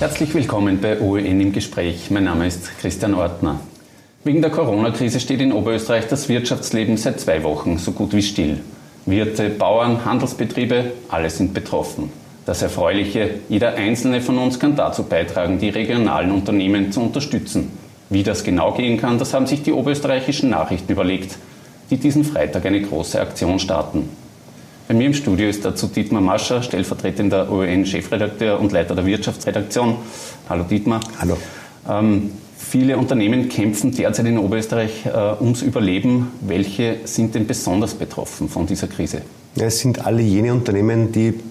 Herzlich willkommen bei OÖN im Gespräch. Mein Name ist Christian Ortner. Wegen der Corona-Krise steht in Oberösterreich das Wirtschaftsleben seit 2 Wochen so gut wie still. Wirte, Bauern, Handelsbetriebe, alle sind betroffen. Das Erfreuliche, jeder Einzelne von uns kann dazu beitragen, die regionalen Unternehmen zu unterstützen. Wie das genau gehen kann, das haben sich die oberösterreichischen Nachrichten überlegt, die diesen Freitag eine große Aktion starten. Bei mir im Studio ist dazu Dietmar Mascher, stellvertretender OÖN-Chefredakteur und Leiter der Wirtschaftsredaktion. Hallo Dietmar. Hallo. Viele Unternehmen kämpfen derzeit in Oberösterreich ums Überleben. Welche sind denn besonders betroffen von dieser Krise? Ja, es sind alle jene Unternehmen,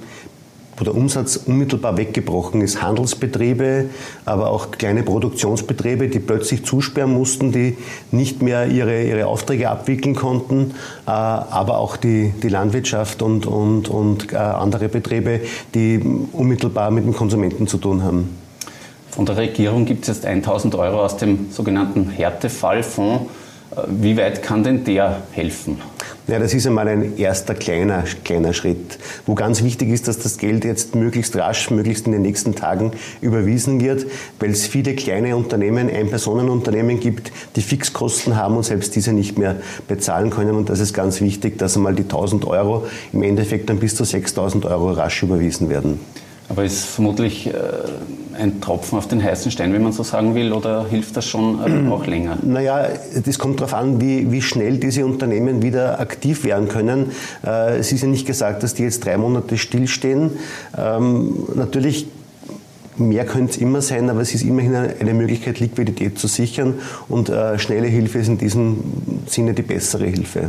wo der Umsatz unmittelbar weggebrochen ist. Handelsbetriebe, aber auch kleine Produktionsbetriebe, die plötzlich zusperren mussten, die nicht mehr ihre Aufträge abwickeln konnten, aber auch die Landwirtschaft und andere Betriebe, die unmittelbar mit dem Konsumenten zu tun haben. Von der Regierung gibt es jetzt 1.000 Euro aus dem sogenannten Härtefallfonds. Wie weit kann denn der helfen? Ja, das ist einmal ein erster kleiner Schritt, wo ganz wichtig ist, dass das Geld jetzt möglichst rasch, möglichst in den nächsten Tagen überwiesen wird, weil es viele kleine Unternehmen, Ein-Personen-Unternehmen gibt, die Fixkosten haben und selbst diese nicht mehr bezahlen können. Und das ist ganz wichtig, dass einmal die 1.000 Euro im Endeffekt dann bis zu 6.000 Euro rasch überwiesen werden. Aber ist vermutlich ein Tropfen auf den heißen Stein, wenn man so sagen will, oder hilft das schon auch länger? Naja, das kommt darauf an, wie schnell diese Unternehmen wieder aktiv werden können. Es ist ja nicht gesagt, dass die jetzt 3 Monate stillstehen. Natürlich, mehr könnte es immer sein, aber es ist immerhin eine Möglichkeit, Liquidität zu sichern. Und schnelle Hilfe ist in diesem Sinne die bessere Hilfe.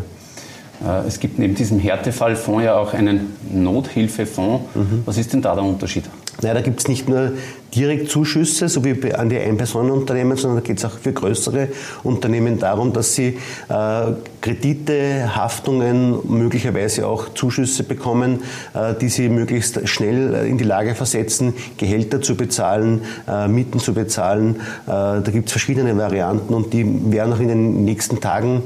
Es gibt neben diesem Härtefallfonds ja auch einen Nothilfefonds. Was ist denn da der Unterschied? Ja, da gibt es nicht nur direkt Zuschüsse, so wie an die Ein-Personen-Unternehmen, sondern da geht es auch für größere Unternehmen darum, dass sie Kredite, Haftungen, möglicherweise auch Zuschüsse bekommen, die sie möglichst schnell in die Lage versetzen, Gehälter zu bezahlen, Mieten zu bezahlen. Da gibt es verschiedene Varianten und die werden auch in den nächsten Tagen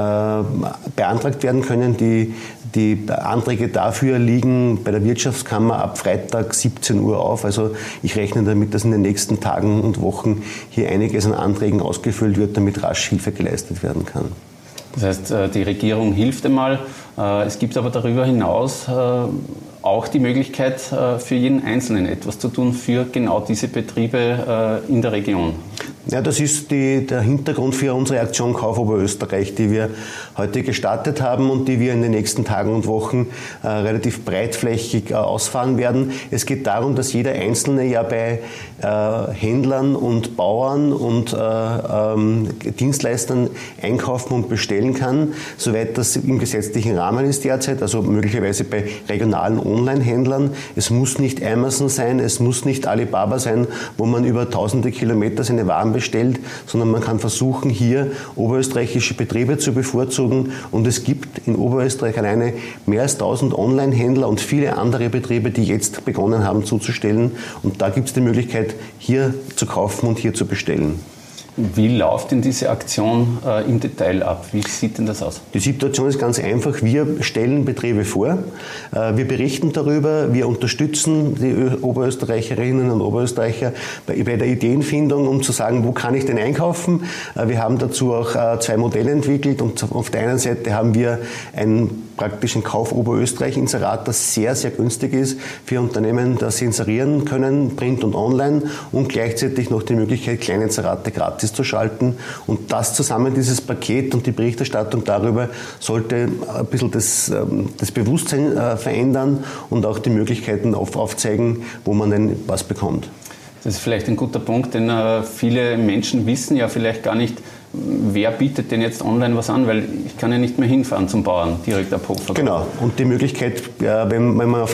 beantragt werden können. Die Anträge dafür liegen bei der Wirtschaftskammer ab Freitag 17 Uhr auf. Also ich rechne damit, dass in den nächsten Tagen und Wochen hier einiges an Anträgen ausgefüllt wird, damit rasch Hilfe geleistet werden kann. Das heißt, die Regierung hilft einmal. Es gibt aber darüber hinaus auch die Möglichkeit, für jeden Einzelnen etwas zu tun, für genau diese Betriebe in der Region. Ja, das ist der Hintergrund für unsere Aktion Kauf Oberösterreich, die wir heute gestartet haben und die wir in den nächsten Tagen und Wochen relativ breitflächig ausfahren werden. Es geht darum, dass jeder Einzelne ja bei Händlern und Bauern und Dienstleistern einkaufen und bestellen kann, soweit das im gesetzlichen Rahmen ist derzeit, also möglicherweise bei regionalen Online-Händlern. Es muss nicht Amazon sein, es muss nicht Alibaba sein, wo man über tausende Kilometer seine Waren bestellt, sondern man kann versuchen, hier oberösterreichische Betriebe zu bevorzugen. Und es gibt in Oberösterreich alleine mehr als 1.000 Online-Händler und viele andere Betriebe, die jetzt begonnen haben zuzustellen. Und da gibt es die Möglichkeit, hier zu kaufen und hier zu bestellen. Wie läuft denn diese Aktion im Detail ab? Wie sieht denn das aus? Die Situation ist ganz einfach. Wir stellen Betriebe vor, wir berichten darüber, wir unterstützen die Oberösterreicherinnen und Oberösterreicher bei der Ideenfindung, um zu sagen, wo kann ich denn einkaufen? Wir haben dazu auch 2 Modelle entwickelt und auf der einen Seite haben wir ein praktischen Kauf Oberösterreich-Inserat, das sehr, sehr günstig ist für Unternehmen, dass sie inserieren können, print und online und gleichzeitig noch die Möglichkeit, kleine Inserate gratis zu schalten. Und das zusammen, dieses Paket und die Berichterstattung darüber, sollte ein bisschen das Bewusstsein verändern und auch die Möglichkeiten aufzeigen, wo man denn was bekommt. Das ist vielleicht ein guter Punkt, denn viele Menschen wissen ja vielleicht gar nicht, wer bietet denn jetzt online was an, weil ich kann ja nicht mehr hinfahren zum Bauern, direkt ab Hof. Genau, und die Möglichkeit, wenn man auf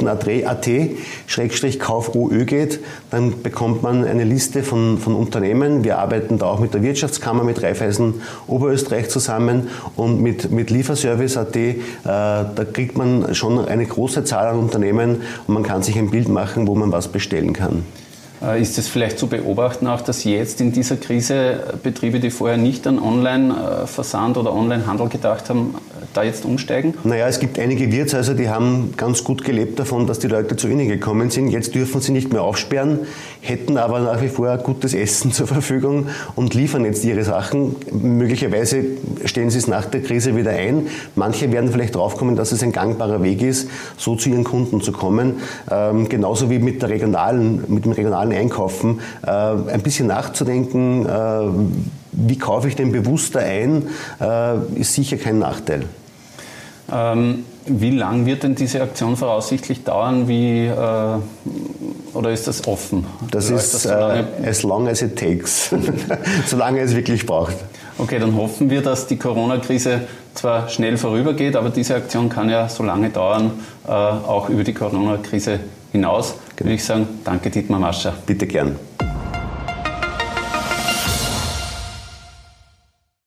Nachrichten.at/Kauf OÖ geht, dann bekommt man eine Liste von Unternehmen. Wir arbeiten da auch mit der Wirtschaftskammer, mit Raiffeisen Oberösterreich zusammen und mit Lieferservice.at. Da kriegt man schon eine große Zahl an Unternehmen und man kann sich ein Bild machen, wo man was bestellen kann. Ist es vielleicht zu beobachten auch, dass jetzt in dieser Krise Betriebe, die vorher nicht an Online-Versand oder Online-Handel gedacht haben, da jetzt umsteigen? Naja, es gibt einige Wirtshäuser, die haben ganz gut gelebt davon, dass die Leute zu ihnen gekommen sind. Jetzt dürfen sie nicht mehr aufsperren, hätten aber nach wie vor gutes Essen zur Verfügung und liefern jetzt ihre Sachen. Möglicherweise stellen sie es nach der Krise wieder ein. Manche werden vielleicht draufkommen, dass es ein gangbarer Weg ist, so zu ihren Kunden zu kommen. Genauso wie mit dem regionalen Einkaufen. Ein bisschen nachzudenken, wie kaufe ich denn bewusster ein, ist sicher kein Nachteil. Wie lang wird denn diese Aktion voraussichtlich dauern? Oder ist das offen? Das ist as long as it takes, solange es wirklich braucht. Okay, dann hoffen wir, dass die Corona-Krise zwar schnell vorübergeht, aber diese Aktion kann ja so lange dauern, auch über die Corona-Krise hinaus. Würde ich sagen, danke Dietmar Mascher. Bitte gern.